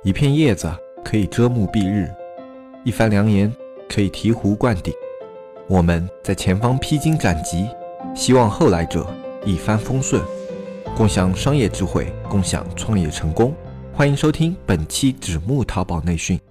一片叶子可以遮目蔽日，一番良言可以醍醐灌顶。我们在前方披荆斩棘，希望后来者一帆风顺，共享商业智慧，共享创业成功。欢迎收听本期纸木淘宝内训。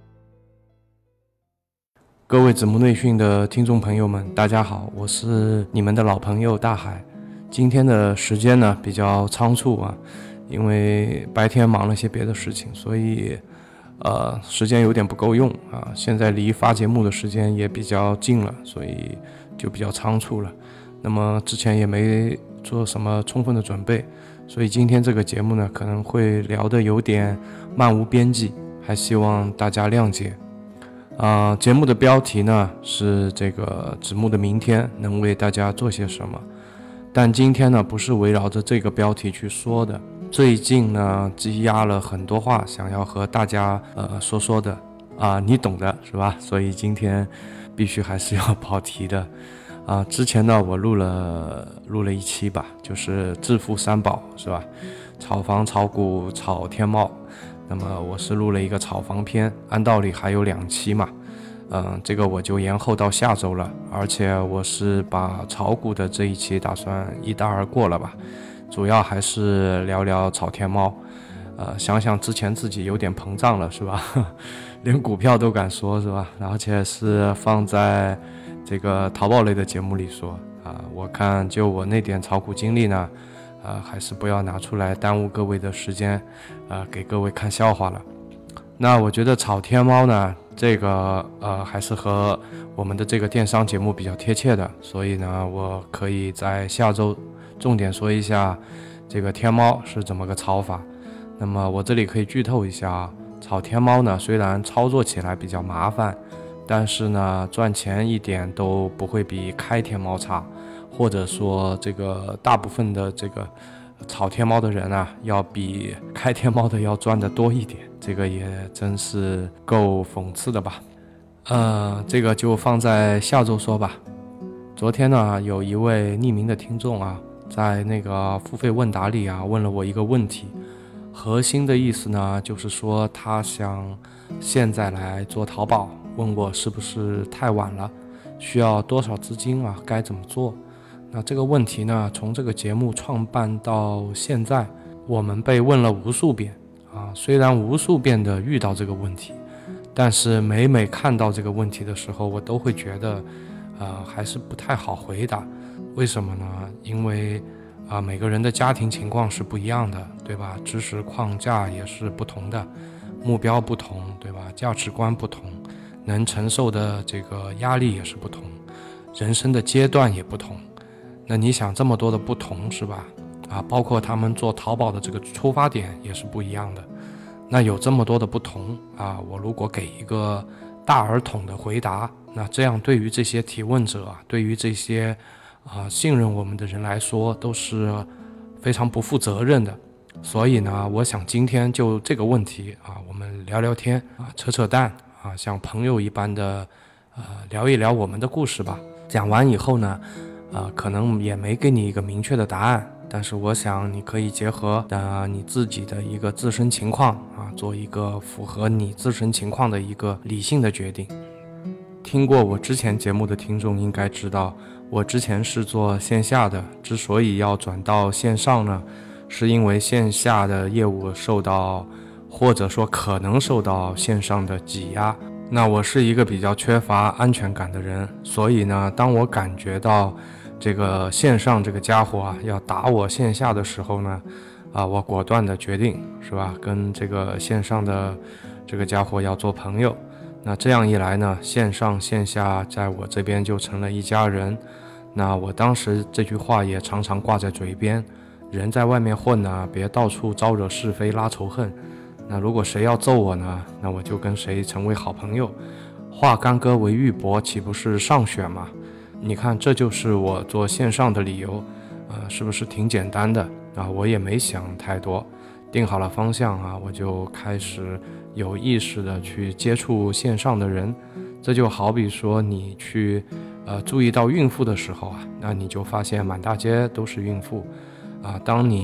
各位纸木内训的听众朋友们，大家好，我是你们的老朋友大海。今天的时间呢比较仓促啊，因为白天忙了些别的事情，所以时间有点不够用啊。现在离发节目的时间也比较近了，所以就比较仓促了。那么之前也没做什么充分的准备，所以今天这个节目呢可能会聊得有点漫无边际，还希望大家谅解。节目的标题呢是这个纸木的明天能为大家做些什么，但今天呢不是围绕着这个标题去说的。最近呢积压了很多话想要和大家说的你懂的是吧？所以今天必须还是要跑题的之前呢我录了一期吧，就是致富三宝是吧？炒房、炒股、炒天猫。那么我是录了一个炒房篇，按道理还有2期嘛，这个我就延后到下周了。而且我是把炒股的这一期打算一带而过了吧，主要还是聊聊炒天猫。想想之前自己有点膨胀了是吧？连股票都敢说是吧？而且是放在这个淘宝类的节目里说我看就我那点炒股经历呢，还是不要拿出来耽误各位的时间，给各位看笑话了。那我觉得炒天猫呢，这个还是和我们的这个电商节目比较贴切的，所以呢，我可以在下周重点说一下这个天猫是怎么个炒法。那么我这里可以剧透一下炒天猫呢，虽然操作起来比较麻烦，但是呢，赚钱一点都不会比开天猫差。或者说这个大部分的这个炒天猫的人要比开天猫的要赚得多一点，这个也真是够讽刺的吧。这个就放在下周说吧。昨天呢有一位匿名的听众在那个付费问答里问了我一个问题，核心的意思呢就是说他想现在来做淘宝，问我是不是太晚了，需要多少资金该怎么做。那这个问题呢，从这个节目创办到现在，我们被问了无数遍虽然无数遍的遇到这个问题，但是每看到这个问题的时候，我都会觉得还是不太好回答。为什么呢？因为每个人的家庭情况是不一样的，对吧？知识框架也是不同的，目标不同，对吧？价值观不同，能承受的这个压力也是不同，人生的阶段也不同。那你想这么多的不同是吧？包括他们做淘宝的这个出发点也是不一样的。那有这么多的不同我如果给一个大而统的回答，那这样对于这些提问者对于这些信任我们的人来说都是非常不负责任的。所以呢，我想今天就这个问题我们聊聊天扯扯淡像朋友一般的聊一聊我们的故事吧。讲完以后呢可能也没给你一个明确的答案，但是我想你可以结合你自己的一个自身情况做一个符合你自身情况的一个理性的决定。听过我之前节目的听众应该知道，我之前是做线下的，之所以要转到线上呢，是因为线下的业务受到或者说可能受到线上的挤压。那我是一个比较缺乏安全感的人，所以呢，当我感觉到这个线上这个家伙要打我线下的时候呢，我果断的决定是吧，跟这个线上的这个家伙要做朋友。那这样一来呢，线上线下在我这边就成了一家人。那我当时这句话也常常挂在嘴边，人在外面混别到处招惹是非拉仇恨。那如果谁要揍我呢，那我就跟谁成为好朋友，化干戈为玉帛，岂不是上选吗？你看，这就是我做线上的理由是不是挺简单的我也没想太多，定好了方向我就开始有意识的去接触线上的人。这就好比说你去注意到孕妇的时候那你就发现满大街都是孕妇当你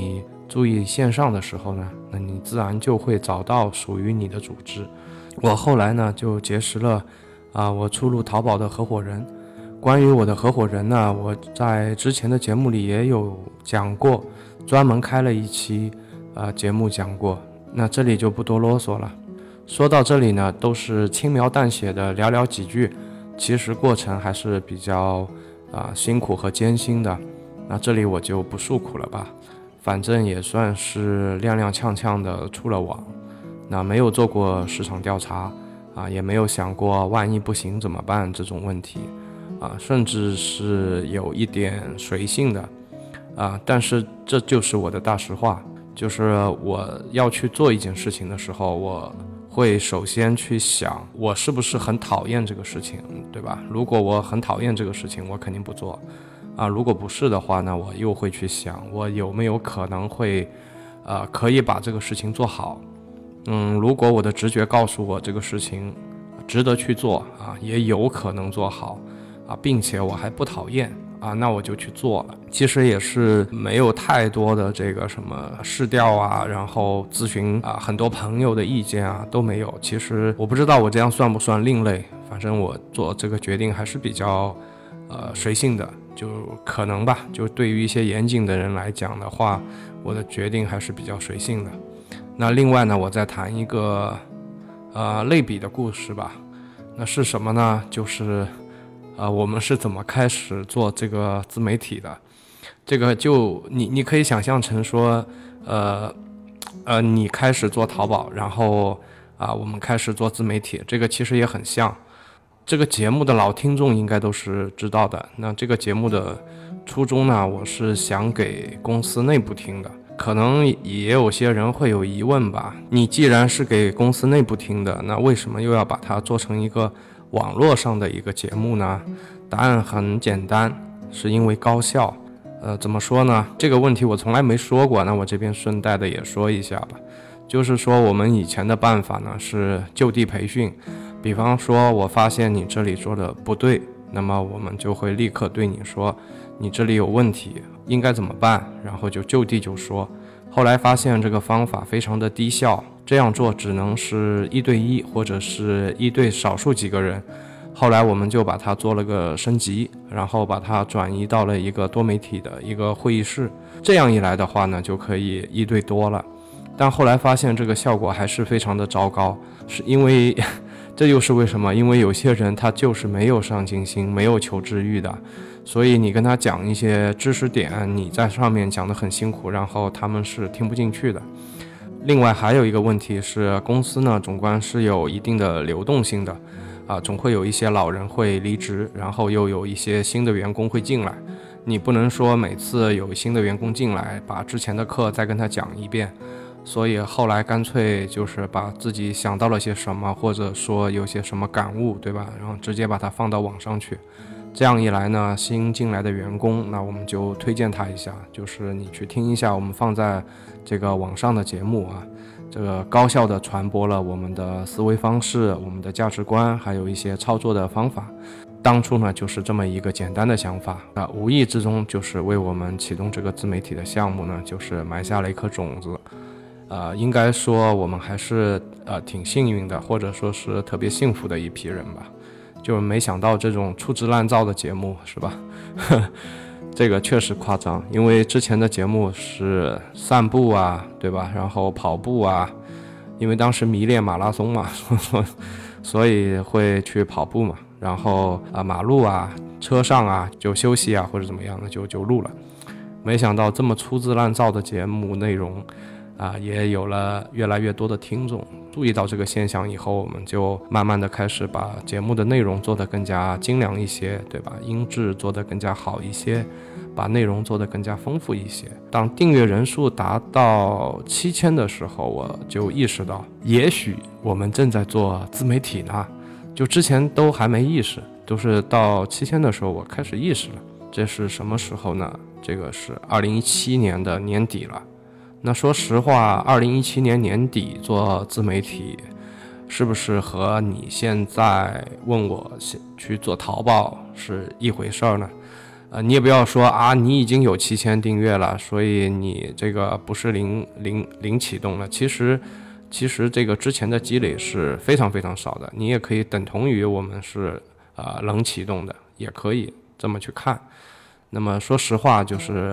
注意线上的时候呢，那你自然就会找到属于你的组织。我后来呢就结识了我初入淘宝的合伙人。关于我的合伙人呢，我在之前的节目里也有讲过，专门开了一期节目讲过，那这里就不多啰嗦了。说到这里呢，都是轻描淡写的寥寥几句，其实过程还是比较辛苦和艰辛的。那这里我就不诉苦了吧，反正也算是踉踉跄跄的出了网，那没有做过市场调查也没有想过万一不行怎么办这种问题甚至是有一点随性的但是这就是我的大实话，就是我要去做一件事情的时候，我会首先去想我是不是很讨厌这个事情，对吧？如果我很讨厌这个事情，我肯定不做如果不是的话呢，我又会去想我有没有可能会可以把这个事情做好。如果我的直觉告诉我这个事情值得去做也有可能做好并且我还不讨厌那我就去做了。其实也是没有太多的这个什么试调然后咨询很多朋友的意见都没有。其实我不知道我这样算不算另类，反正我做这个决定还是比较随性的，就可能吧，就对于一些严谨的人来讲的话，我的决定还是比较随性的。那另外呢，我再谈一个类比的故事吧。那是什么呢？就是我们是怎么开始做这个自媒体的。这个就你可以想象成说你开始做淘宝，然后我们开始做自媒体，这个其实也很像。这个节目的老听众应该都是知道的。那这个节目的初衷呢，我是想给公司内部听的。可能也有些人会有疑问吧，你既然是给公司内部听的，那为什么又要把它做成一个网络上的一个节目呢？答案很简单，是因为高效。怎么说呢？这个问题我从来没说过，那我这边顺带的也说一下吧。就是说我们以前的办法呢是就地培训，比方说我发现你这里做的不对，那么我们就会立刻对你说你这里有问题，应该怎么办，然后就地就说。后来发现这个方法非常的低效，这样做只能是1对1或者是1对少数几个人。后来我们就把它做了个升级，然后把它转移到了一个多媒体的一个会议室，这样一来的话呢，就可以1对多了。但后来发现这个效果还是非常的糟糕，是因为这又是为什么？因为有些人他就是没有上进心，没有求知欲的，所以你跟他讲一些知识点，你在上面讲得很辛苦，然后他们是听不进去的。另外还有一个问题是，公司呢总归是有一定的流动性的总会有一些老人会离职，然后又有一些新的员工会进来，你不能说每次有新的员工进来把之前的课再跟他讲一遍。所以后来干脆就是把自己想到了些什么，或者说有些什么感悟，对吧？然后直接把它放到网上去。这样一来呢，新进来的员工，那我们就推荐他一下，就是你去听一下我们放在这个网上的节目这个高效的传播了我们的思维方式、我们的价值观，还有一些操作的方法。当初呢就是这么一个简单的想法无意之中就是为我们启动这个自媒体的项目呢，就是埋下了一颗种子。应该说我们还是挺幸运的，或者说是特别幸福的一批人吧。就是没想到这种粗制滥造的节目，是吧？这个确实夸张，因为之前的节目是散步对吧？然后跑步因为当时迷恋马拉松嘛，所以会去跑步嘛。然后马路车上就休息或者怎么样的就录了。没想到这么粗制滥造的节目内容也有了越来越多的听众。注意到这个现象以后，我们就慢慢的开始把节目的内容做得更加精良一些，对吧？音质做得更加好一些，把内容做得更加丰富一些。当订阅人数达到7000的时候，我就意识到也许我们正在做自媒体呢。就之前都还没意识，都是到7000的时候我开始意识了。这是什么时候呢？这个是2017年的年底了。那说实话，2017年年底做自媒体，是不是和你现在问我去做淘宝是一回事儿呢？ 你也不要说啊，你已经有7000订阅了，所以你这个不是零启动了。其实这个之前的积累是非常非常少的，你也可以等同于我们是冷启动的，也可以这么去看。那么说实话，就是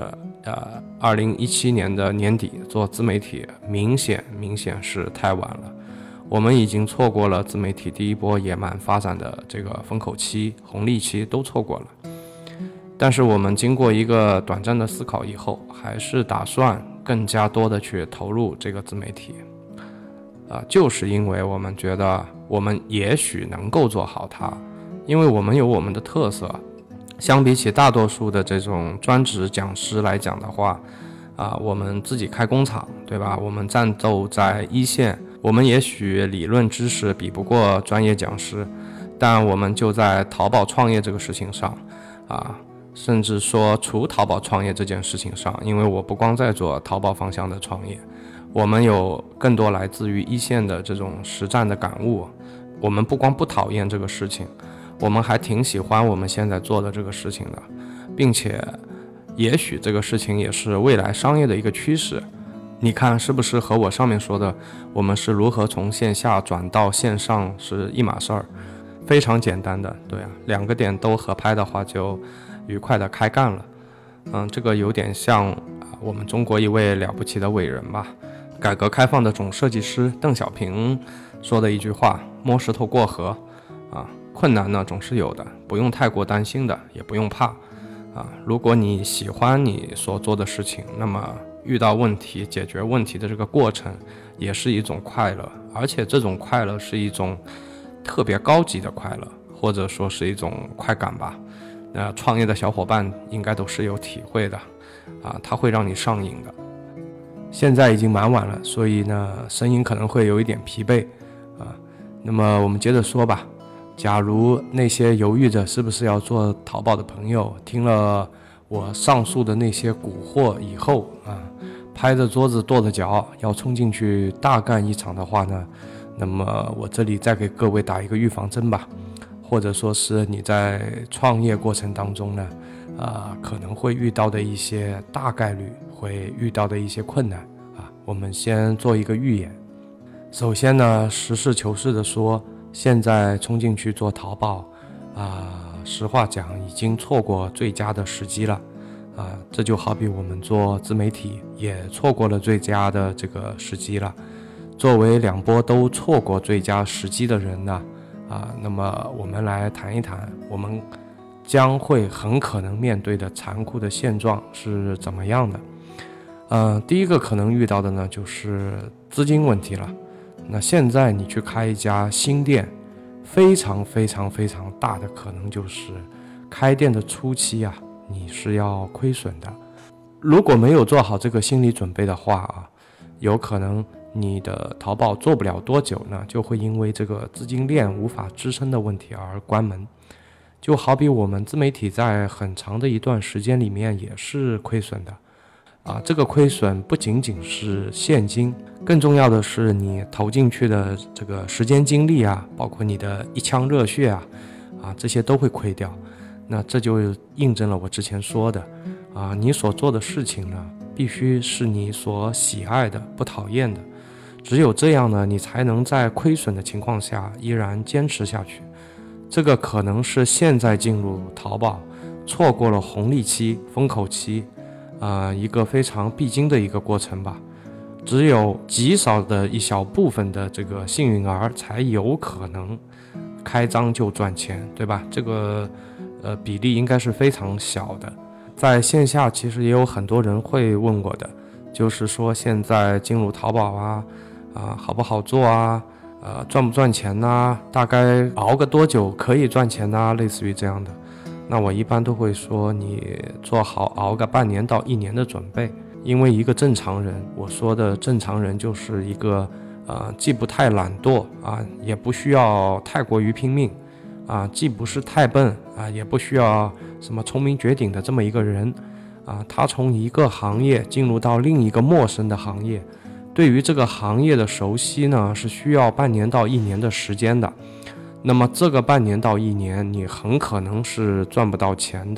2017年的年底做自媒体，明显是太晚了。我们已经错过了自媒体第一波野蛮发展的这个风口期、红利期都错过了。但是我们经过一个短暂的思考以后，还是打算更加多的去投入这个自媒体，就是因为我们觉得我们也许能够做好它，因为我们有我们的特色。相比起大多数的这种专职讲师来讲的话，我们自己开工厂，对吧？我们战斗在一线，我们也许理论知识比不过专业讲师，但我们就在淘宝创业这个事情上，甚至说除淘宝创业这件事情上，因为我不光在做淘宝方向的创业，我们有更多来自于一线的这种实战的感悟。我们不光不讨厌这个事情，我们还挺喜欢我们现在做的这个事情的，并且也许这个事情也是未来商业的一个趋势。你看是不是和我上面说的我们是如何从线下转到线上是一码事儿？非常简单的，对啊，2个点都合拍的话就愉快的开干了。这个有点像我们中国一位了不起的伟人吧，改革开放的总设计师邓小平说的一句话：摸石头过河困难呢总是有的，不用太过担心的，也不用怕如果你喜欢你所做的事情，那么遇到问题解决问题的这个过程也是一种快乐，而且这种快乐是一种特别高级的快乐，或者说是一种快感吧。创业的小伙伴应该都是有体会的它会让你上瘾的。现在已经蛮晚了，所以呢声音可能会有一点疲惫那么我们接着说吧。假如那些犹豫着是不是要做淘宝的朋友，听了我上述的那些蛊惑以后拍着桌子跺着脚要冲进去大干一场的话呢，那么我这里再给各位打一个预防针吧，或者说是你在创业过程当中呢可能会遇到的一些大概率会遇到的一些困难我们先做一个预演。首先呢，实事求是的说，现在冲进去做淘宝实话讲已经错过最佳的时机了这就好比我们做自媒体也错过了最佳的这个时机了。作为2波都错过最佳时机的人呢那么我们来谈一谈我们将会很可能面对的残酷的现状是怎么样的。第一个可能遇到的呢就是资金问题了。那现在你去开一家新店，非常非常非常大的可能就是开店的初期你是要亏损的。如果没有做好这个心理准备的话有可能你的淘宝做不了多久呢，就会因为这个资金链无法支撑的问题而关门。就好比我们自媒体在很长的一段时间里面也是亏损的这个亏损不仅仅是现金，更重要的是你投进去的这个时间精力包括你的一腔热血这些都会亏掉。那这就印证了我之前说的你所做的事情呢，必须是你所喜爱的，不讨厌的。只有这样呢，你才能在亏损的情况下依然坚持下去。这个可能是现在进入淘宝错过了红利期、风口期一个非常必经的一个过程吧。只有极少的一小部分的这个幸运儿才有可能开张就赚钱，对吧？这个比例应该是非常小的。在线下其实也有很多人会问我的，就是说现在进入淘宝好不好做赚不赚钱大概熬个多久可以赚钱类似于这样的。那我一般都会说，你做好熬个半年到1年的准备。因为一个正常人，我说的正常人就是一个既不太懒惰也不需要太过于拼命既不是太笨也不需要什么聪明绝顶的这么一个人他从一个行业进入到另一个陌生的行业，对于这个行业的熟悉呢是需要半年到1年的时间的。那么这个半年到1年你很可能是赚不到钱的，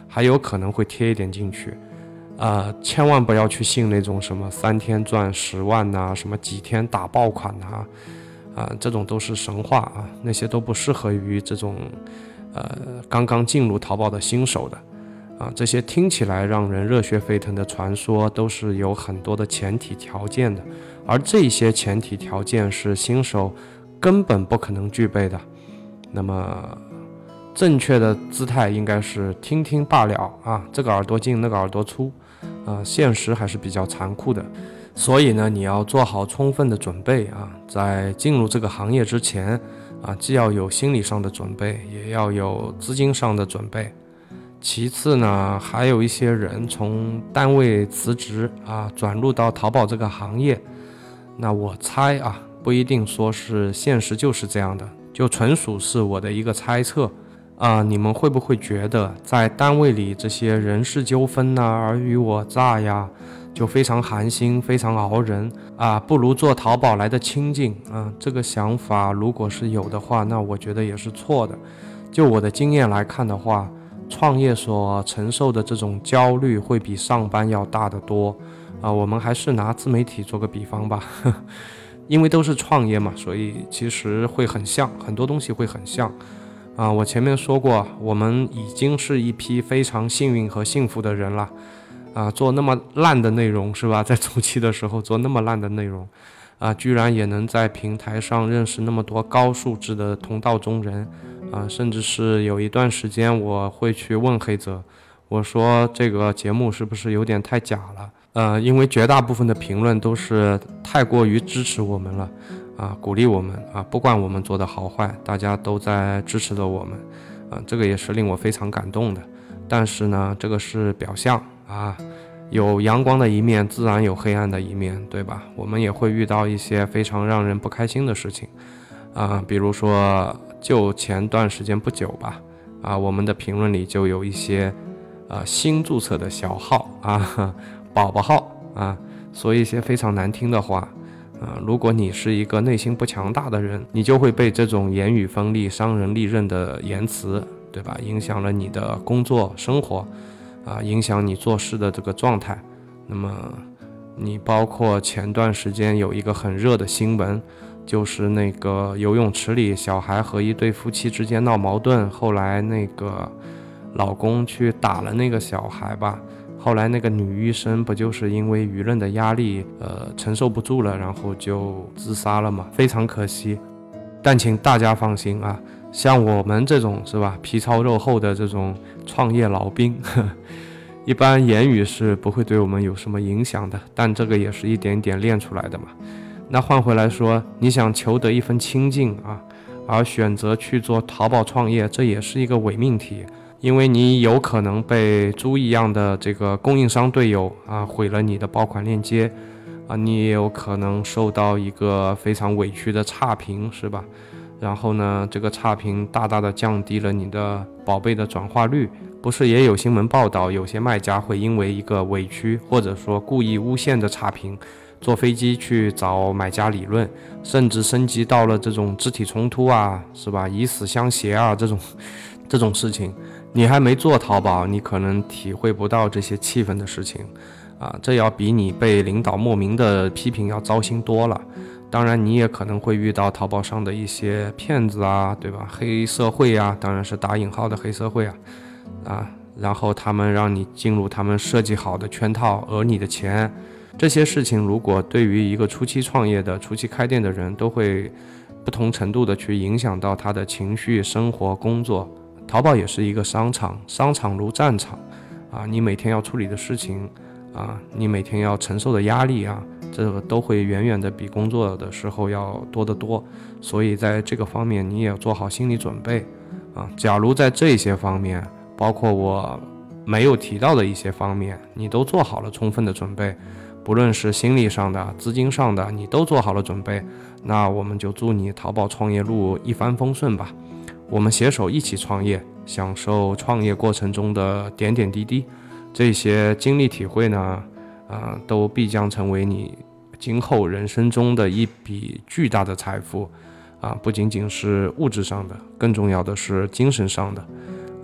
还有可能会贴一点进去。千万不要去信那种什么3天赚10万呐，什么几天打爆款呐，这种都是神话啊，那些都不适合于这种刚刚进入淘宝的新手的这些听起来让人热血沸腾的传说都是有很多的前提条件的，而这些前提条件是新手根本不可能具备的。那么正确的姿态应该是听听罢了啊，这个耳朵进那个耳朵出现实还是比较残酷的。所以呢，你要做好充分的准备啊，在进入这个行业之前既要有心理上的准备，也要有资金上的准备。其次呢，还有一些人从单位辞职转入到淘宝这个行业，那我猜不一定说是现实就是这样的，就纯属是我的一个猜测你们会不会觉得在单位里这些人事纠纷尔虞我诈呀，就非常寒心，非常熬人不如做淘宝来的清静这个想法如果是有的话，那我觉得也是错的。就我的经验来看的话，创业所承受的这种焦虑会比上班要大得多我们还是拿自媒体做个比方吧因为都是创业嘛，所以其实会很像，很多东西会很像我前面说过，我们已经是一批非常幸运和幸福的人了做那么烂的内容是吧，在初期的时候做那么烂的内容居然也能在平台上认识那么多高素质的同道中人甚至是有一段时间我会去问黑泽，我说这个节目是不是有点太假了因为绝大部分的评论都是太过于支持我们了鼓励我们不管我们做的好坏，大家都在支持着我们这个也是令我非常感动的。但是呢，这个是表象有阳光的一面，自然有黑暗的一面，对吧？我们也会遇到一些非常让人不开心的事情比如说就前段时间不久吧我们的评论里就有一些新注册的小号宝宝号说一些非常难听的话如果你是一个内心不强大的人，你就会被这种言语锋利、伤人利刃的言辞，对吧，影响了你的工作生活影响你做事的这个状态。那么你包括前段时间有一个很热的新闻，就是那个游泳池里小孩和一对夫妻之间闹矛盾，后来那个老公去打了那个小孩吧，后来那个女医生不就是因为舆论的压力承受不住了，然后就自杀了嘛，非常可惜。但请大家放心像我们这种是吧皮糙肉厚的这种创业老兵一般言语是不会对我们有什么影响的，但这个也是一点点练出来的嘛。那换回来说，你想求得一份清静而选择去做淘宝创业，这也是一个伪命题，因为你有可能被猪一样的这个供应商队友毁了你的爆款链接你也有可能受到一个非常委屈的差评，是吧？然后呢，这个差评大大的降低了你的宝贝的转化率。不是也有新闻报道，有些卖家会因为一个委屈或者说故意诬陷的差评，坐飞机去找买家理论，甚至升级到了这种肢体冲突是吧？以死相挟这种事情。你还没做淘宝，你可能体会不到这些气氛的事情这要比你被领导莫名的批评要糟心多了。当然你也可能会遇到淘宝上的一些骗子对吧？黑社会当然是打引号的黑社会然后他们让你进入他们设计好的圈套，讹你的钱。这些事情如果对于一个初期创业的、初期开店的人，都会不同程度的去影响到他的情绪、生活、工作。淘宝也是一个商场，商场如战场你每天要处理的事情你每天要承受的压力这个都会远远的比工作的时候要多得多。所以在这个方面你也要做好心理准备假如在这些方面，包括我没有提到的一些方面，你都做好了充分的准备，不论是心理上的、资金上的，你都做好了准备，那我们就祝你淘宝创业路一帆风顺吧。我们携手一起创业，享受创业过程中的点点滴滴，这些经历体会呢都必将成为你今后人生中的一笔巨大的财富不仅仅是物质上的，更重要的是精神上的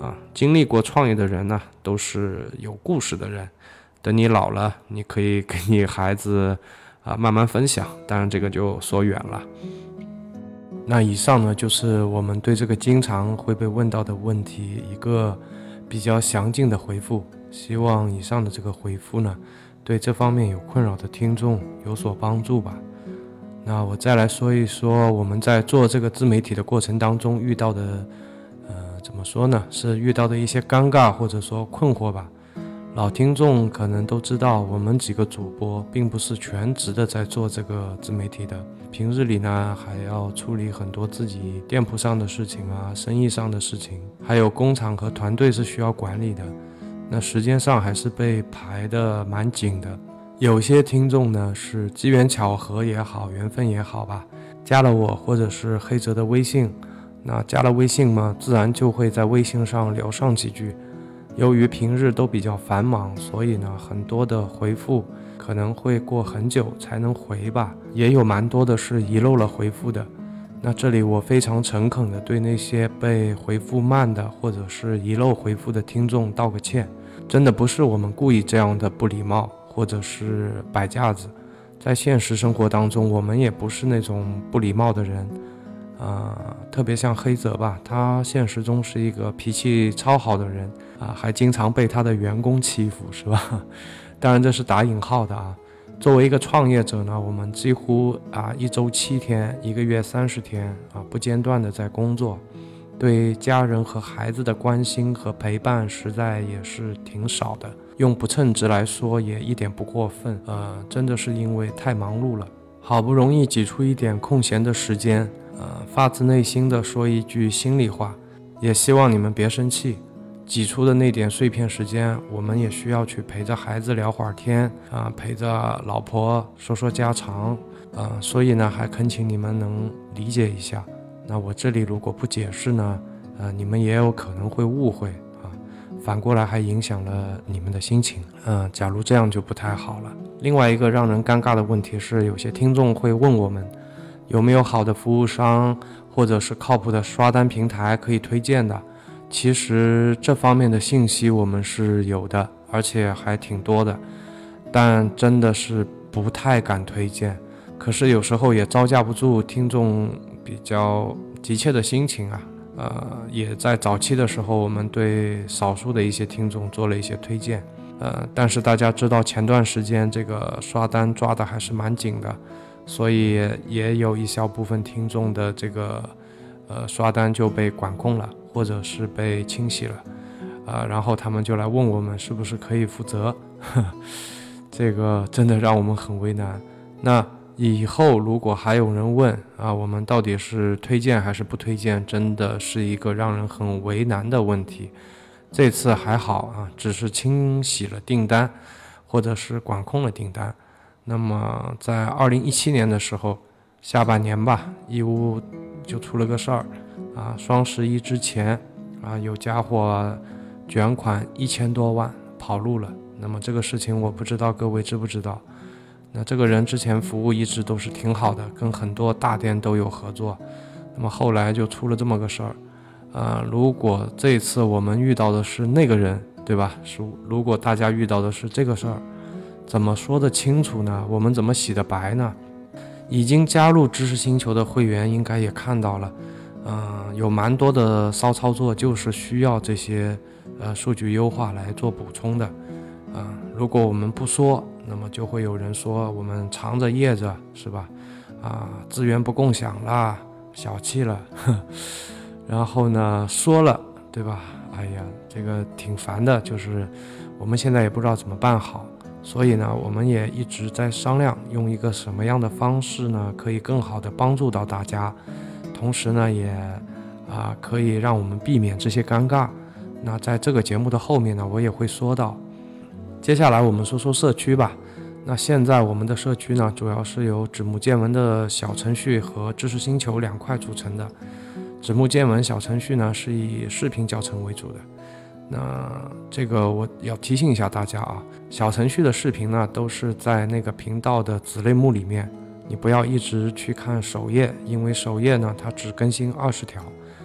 经历过创业的人呢，都是有故事的人。等你老了，你可以跟你孩子慢慢分享，当然这个就说远了。那以上呢，就是我们对这个经常会被问到的问题一个比较详尽的回复。希望以上的这个回复呢，对这方面有困扰的听众有所帮助吧。那我再来说一说我们在做这个自媒体的过程当中遇到的怎么说呢，是遇到的一些尴尬或者说困惑吧。老听众可能都知道，我们几个主播并不是全职的在做这个自媒体的，平日里呢还要处理很多自己店铺上的事情生意上的事情，还有工厂和团队是需要管理的，那时间上还是被排得蛮紧的。有些听众呢是机缘巧合也好，缘分也好吧，加了我或者是黑泽的微信，那加了微信嘛，自然就会在微信上聊上几句。由于平日都比较繁忙，所以呢，很多的回复可能会过很久才能回吧，也有蛮多的是遗漏了回复的。那这里我非常诚恳的对那些被回复慢的或者是遗漏回复的听众道个歉，真的不是我们故意这样的不礼貌或者是摆架子，在现实生活当中我们也不是那种不礼貌的人。特别像黑泽吧，他现实中是一个脾气超好的人还经常被他的员工欺负，是吧？当然这是打引号的作为一个创业者呢，我们几乎一周7天，一个月30天不间断的在工作，对家人和孩子的关心和陪伴实在也是挺少的，用不称职来说也一点不过分。真的是因为太忙碌了，好不容易挤出一点空闲的时间，发自内心的说一句心里话，也希望你们别生气。挤出的那点碎片时间，我们也需要去陪着孩子聊会儿天陪着老婆说说家常所以呢，还恳请你们能理解一下。那我这里如果不解释呢，你们也有可能会误会反过来还影响了你们的心情假如这样就不太好了。另外一个让人尴尬的问题是，有些听众会问我们有没有好的服务商或者是靠谱的刷单平台可以推荐的。其实这方面的信息我们是有的，而且还挺多的，但真的是不太敢推荐。可是有时候也招架不住听众比较急切的心情也在早期的时候，我们对少数的一些听众做了一些推荐但是大家知道前段时间这个刷单抓的还是蛮紧的，所以也有一小部分听众的这个刷单就被管控了，或者是被清洗了然后他们就来问我们是不是可以负责这个真的让我们很为难。那以后如果还有人问我们到底是推荐还是不推荐，真的是一个让人很为难的问题。这次还好只是清洗了订单或者是管控了订单。那么在2017年的时候，下半年吧，义乌就出了个事儿双11之前有家伙卷款1000多万跑路了。那么这个事情我不知道各位知不知道。那这个人之前服务一直都是挺好的，跟很多大店都有合作，那么后来就出了这么个事儿如果这次我们遇到的是那个人，对吧？如果大家遇到的是这个事儿，怎么说得清楚呢？我们怎么洗得白呢？已经加入知识星球的会员应该也看到了有蛮多的骚操作就是需要这些数据优化来做补充的如果我们不说，那么就会有人说我们藏着掖着，是吧资源不共享啦，小气了然后呢说了，对吧？哎呀，这个挺烦的，就是我们现在也不知道怎么办好。所以呢，我们也一直在商量用一个什么样的方式呢，可以更好的帮助到大家，同时呢也可以让我们避免这些尴尬。那在这个节目的后面呢，我也会说到。接下来我们说说社区吧。那现在我们的社区呢，主要是由指木见闻的小程序和知识星球2块组成的。指木见闻小程序呢是以视频教程为主的。那这个我要提醒一下大家小程序的视频呢都是在那个频道的子类目里面，你不要一直去看首页，因为首页呢它只更新20条，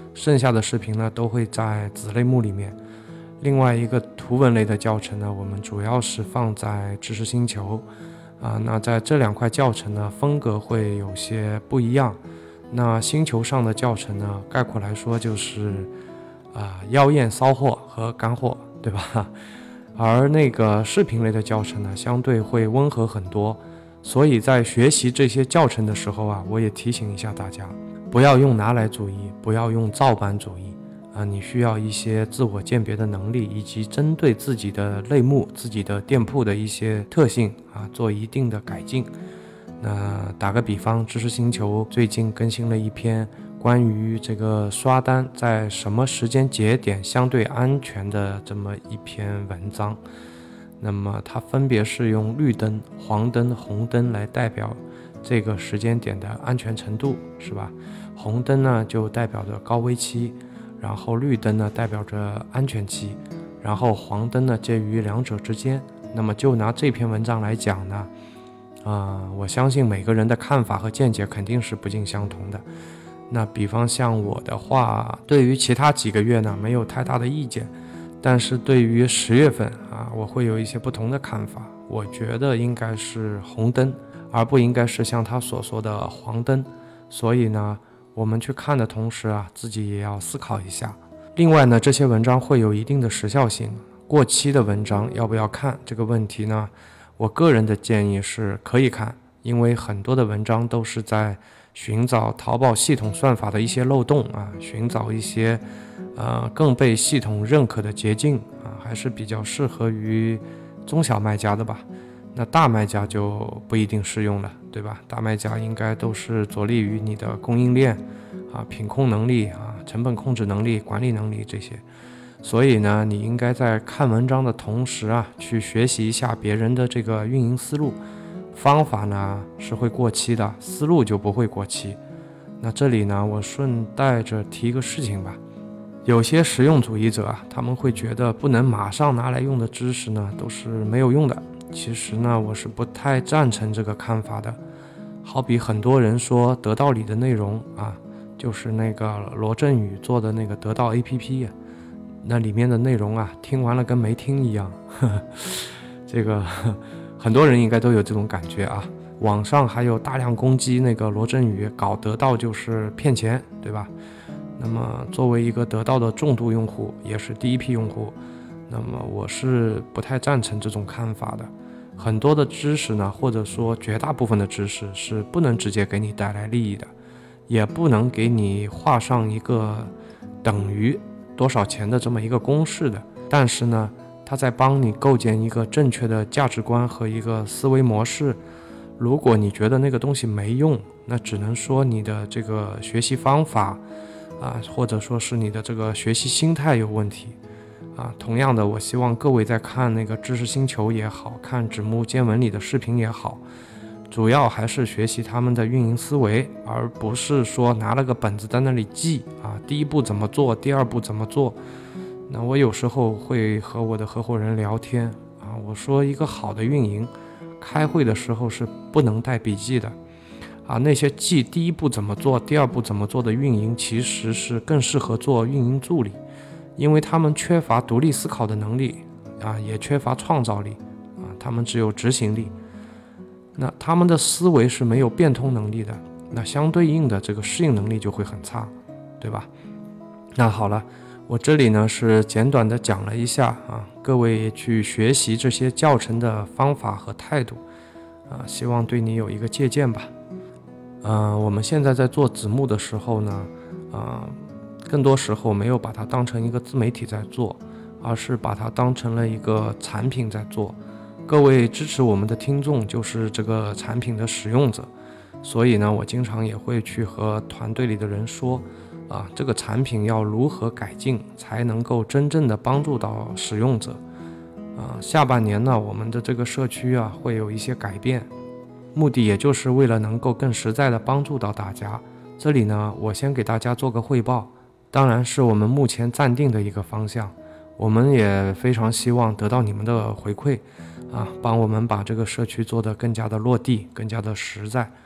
剩下的视频呢都会在子类目里面。另外一个图文类的教程呢，我们主要是放在知识星球那在这2块教程呢，风格会有些不一样。那星球上的教程呢，概括来说就是妖艳骚货和干货，对吧？而那个视频类的教程呢，相对会温和很多。所以在学习这些教程的时候我也提醒一下大家，不要用拿来主义，不要用照搬主义你需要一些自我鉴别的能力，以及针对自己的类目、自己的店铺的一些特性做一定的改进。那打个比方，知识星球最近更新了一篇关于这个刷单在什么时间节点相对安全的这么一篇文章。那么它分别是用绿灯、黄灯、红灯来代表这个时间点的安全程度，是吧？红灯呢就代表着高危期，然后绿灯呢代表着安全期，然后黄灯呢介于两者之间。那么就拿这篇文章来讲呢我相信每个人的看法和见解肯定是不尽相同的。那比方像我的话，对于其他几个月呢没有太大的意见，但是对于10月份我会有一些不同的看法。我觉得应该是红灯，而不应该是像他所说的黄灯。所以呢，我们去看的同时自己也要思考一下。另外呢，这些文章会有一定的时效性，过期的文章要不要看这个问题呢，我个人的建议是可以看，因为很多的文章都是在寻找淘宝系统算法的一些漏洞寻找一些更被系统认可的捷径还是比较适合于中小卖家的吧。那大卖家就不一定适用了，对吧？大卖家应该都是着力于你的供应链品控能力成本控制能力、管理能力这些。所以呢，你应该在看文章的同时去学习一下别人的这个运营思路。方法呢是会过期的，思路就不会过期。那这里呢，我顺带着提一个事情吧。有些实用主义者他们会觉得不能马上拿来用的知识呢都是没有用的。其实呢，我是不太赞成这个看法的。好比很多人说得道里的内容就是那个罗振宇做的那个得道 APP 那里面的内容听完了跟没听一样。这个很多人应该都有这种感觉网上还有大量攻击那个罗振宇搞得到就是骗钱，对吧？那么作为一个得到的重度用户，也是第一批用户，那么我是不太赞成这种看法的。很多的知识呢，或者说绝大部分的知识是不能直接给你带来利益的，也不能给你画上一个等于多少钱的这么一个公式的。但是呢，它在帮你构建一个正确的价值观和一个思维模式。如果你觉得那个东西没用，那只能说你的这个学习方法或者说是你的这个学习心态有问题同样的，我希望各位在看那个知识星球也好，看指木见闻里的视频也好，主要还是学习他们的运营思维，而不是说拿了个本子在那里记第一步怎么做，第二步怎么做。那我有时候会和我的合伙人聊天我说一个好的运营，开会的时候是不能带笔记的那些记第一步怎么做，第二步怎么做的运营，其实是更适合做运营助理，因为他们缺乏独立思考的能力也缺乏创造力他们只有执行力。那他们的思维是没有变通能力的，那相对应的这个适应能力就会很差，对吧？那好了，我这里呢是简短的讲了一下各位去学习这些教程的方法和态度希望对你有一个借鉴吧。我们现在在做子木的时候呢更多时候没有把它当成一个自媒体在做，而是把它当成了一个产品在做。各位支持我们的听众就是这个产品的使用者，所以呢，我经常也会去和团队里的人说这个产品要如何改进才能够真正的帮助到使用者下半年呢，我们的这个社区会有一些改变，目的也就是为了能够更实在的帮助到大家。这里呢，我先给大家做个汇报，当然是我们目前暂定的一个方向，我们也非常希望得到你们的回馈帮我们把这个社区做得更加的落地，更加的实在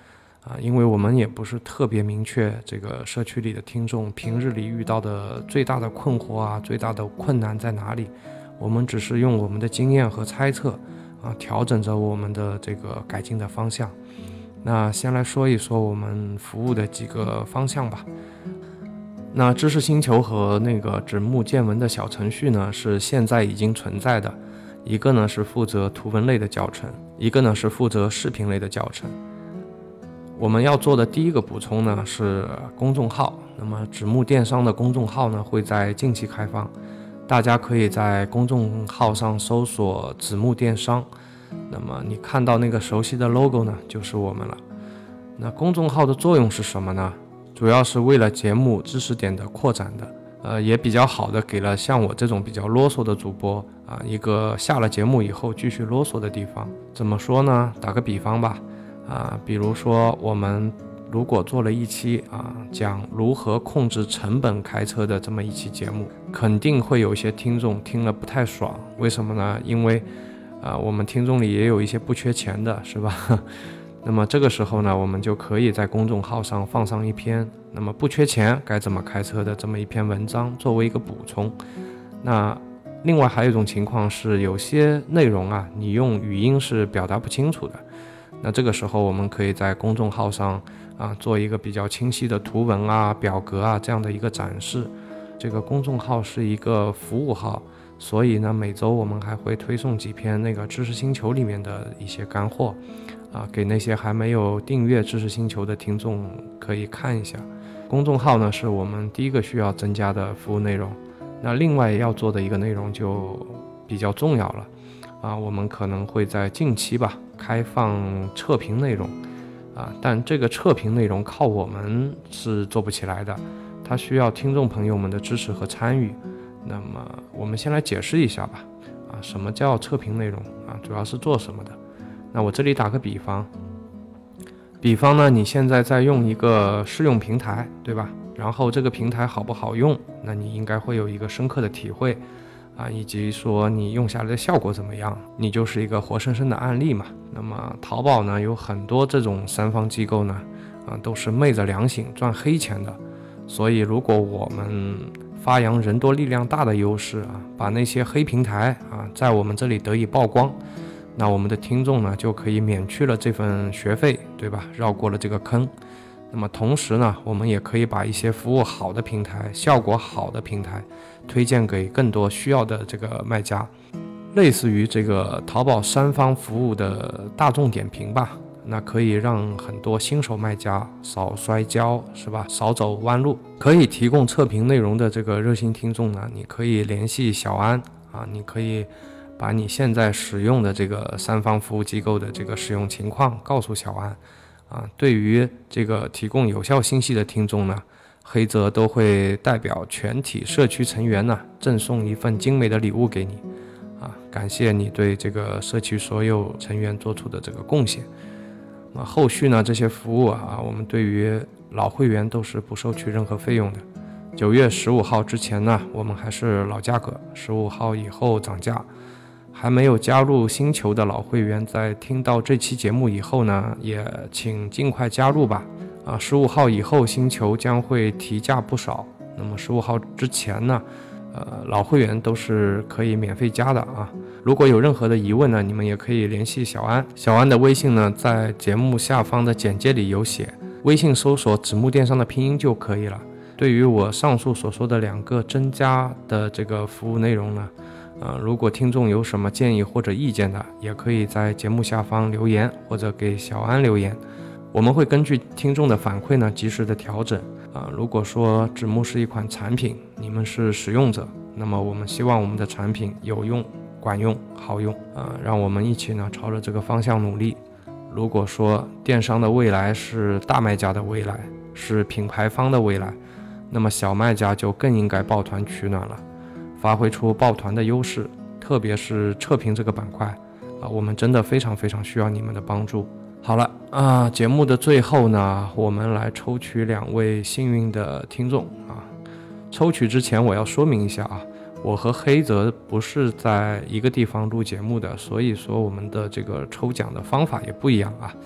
因为我们也不是特别明确这个社区里的听众平日里遇到的最大的困惑啊，最大的困难在哪里，我们只是用我们的经验和猜测调整着我们的这个改进的方向。那先来说一说我们服务的几个方向吧。那知识星球和那个指木见闻的小程序呢，是现在已经存在的，一个呢是负责图文类的教程，一个呢是负责视频类的教程。我们要做的第一个补充呢是公众号，那么指木电商的公众号呢会在近期开放，大家可以在公众号上搜索指木电商，那么你看到那个熟悉的 logo 呢就是我们了。那公众号的作用是什么呢？主要是为了节目知识点的扩展的，也比较好的给了像我这种比较啰嗦的主播一个下了节目以后继续啰嗦的地方。怎么说呢？打个比方吧，比如说我们如果做了一期讲如何控制成本开车的这么一期节目，肯定会有一些听众听了不太爽。为什么呢？因为我们听众里也有一些不缺钱的，是吧？那么这个时候呢，我们就可以在公众号上放上一篇那么不缺钱该怎么开车的这么一篇文章作为一个补充。那另外还有一种情况是，有些内容你用语音是表达不清楚的，那这个时候我们可以在公众号上做一个比较清晰的图文表格这样的一个展示。这个公众号是一个服务号，所以呢每周我们还会推送几篇那个知识星球里面的一些干货给那些还没有订阅知识星球的听众可以看一下。公众号呢是我们第一个需要增加的服务内容。那另外要做的一个内容就比较重要了我们可能会在近期开放测评内容但这个测评内容靠我们是做不起来的，它需要听众朋友们的支持和参与。那么我们先来解释一下吧什么叫测评内容主要是做什么的。那我这里打个比方呢，你现在在用一个试用平台，对吧？然后这个平台好不好用，那你应该会有一个深刻的体会以及说你用下来的效果怎么样，你就是一个活生生的案例嘛。那么淘宝呢有很多这种三方机构呢都是昧着良心赚黑钱的，所以如果我们发扬人多力量大的优势把那些黑平台在我们这里得以曝光，那我们的听众呢就可以免去了这份学费，对吧？绕过了这个坑。那么同时呢，我们也可以把一些服务好的平台、效果好的平台推荐给更多需要的这个卖家，类似于这个淘宝三方服务的大众点评吧。那可以让很多新手卖家少摔跤，是吧？少走弯路。可以提供测评内容的这个热心听众呢，你可以联系小安你可以把你现在使用的这个三方服务机构的这个使用情况告诉小安对于这个提供有效信息的听众呢，黑泽都会代表全体社区成员呢赠送一份精美的礼物给你感谢你对这个社区所有成员做出的这个贡献。后续呢这些服务我们对于老会员都是不收取任何费用的。9月15号之前呢我们还是老价格，15号以后涨价。还没有加入星球的老会员，在听到这期节目以后呢，也请尽快加入吧。15号以后星球将会提价不少，那么15号之前呢，老会员都是可以免费加的如果有任何的疑问呢，你们也可以联系小安，小安的微信呢在节目下方的简介里有写，微信搜索指木电商的拼音就可以了。对于我上述所说的2个增加的这个服务内容呢，如果听众有什么建议或者意见的，也可以在节目下方留言或者给小安留言，我们会根据听众的反馈呢及时的调整如果说指木是一款产品，你们是使用者，那么我们希望我们的产品有用、管用、好用让我们一起呢朝着这个方向努力。如果说电商的未来是大卖家的未来，是品牌方的未来，那么小卖家就更应该抱团取暖了，发挥出抱团的优势，特别是测评这个板块我们真的非常非常需要你们的帮助。好了节目的最后呢，我们来抽取2位幸运的听众抽取之前我要说明一下我和黑泽不是在一个地方录节目的，所以说我们的这个抽奖的方法也不一样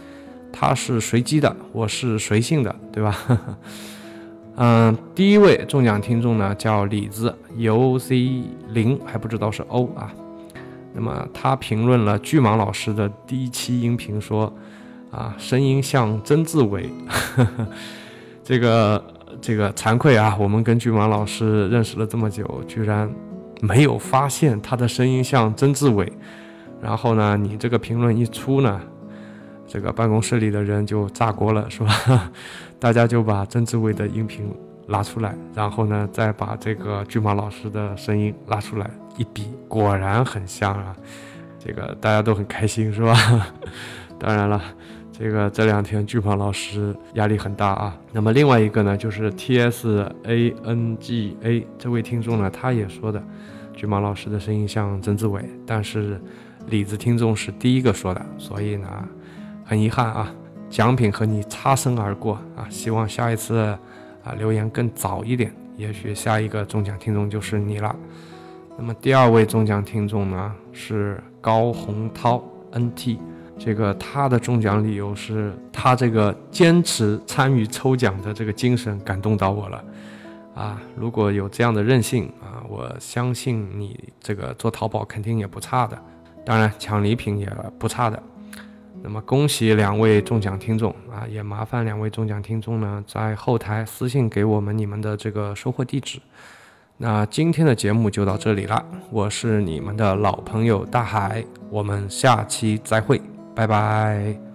他是随机的，我是随性的，对吧？第一位中奖听众呢叫李子 EOC0， 还不知道是 O 啊。那么他评论了巨蟒老师的第一期音频说声音像曾志伟。这个惭愧啊，我们跟巨蟒老师认识了这么久，居然没有发现他的声音像曾志伟。然后呢，你这个评论一出呢，这个办公室里的人就炸锅了，是吧？大家就把曾志伟的音频拉出来，然后呢，再把这个巨蟒老师的声音拉出来，一比，果然很像啊！这个大家都很开心，是吧？当然了，这两天巨蟒老师压力很大啊。那么另外一个呢，就是 TSANGA 这位听众呢，他也说的巨蟒老师的声音像曾志伟，但是李子听众是第一个说的，所以呢，很遗憾啊，奖品和你擦身而过啊！希望下一次留言更早一点，也许下一个中奖听众就是你了。那么第二位中奖听众呢是高洪涛 NT， 他的中奖理由是他这个坚持参与抽奖的这个精神感动到我了如果有这样的韧性我相信你这个做淘宝肯定也不差的，当然抢礼品也不差的。那么恭喜两位中奖听众也麻烦两位中奖听众呢在后台私信给我们你们的这个收货地址。那今天的节目就到这里了，我是你们的老朋友大海，我们下期再会，拜拜。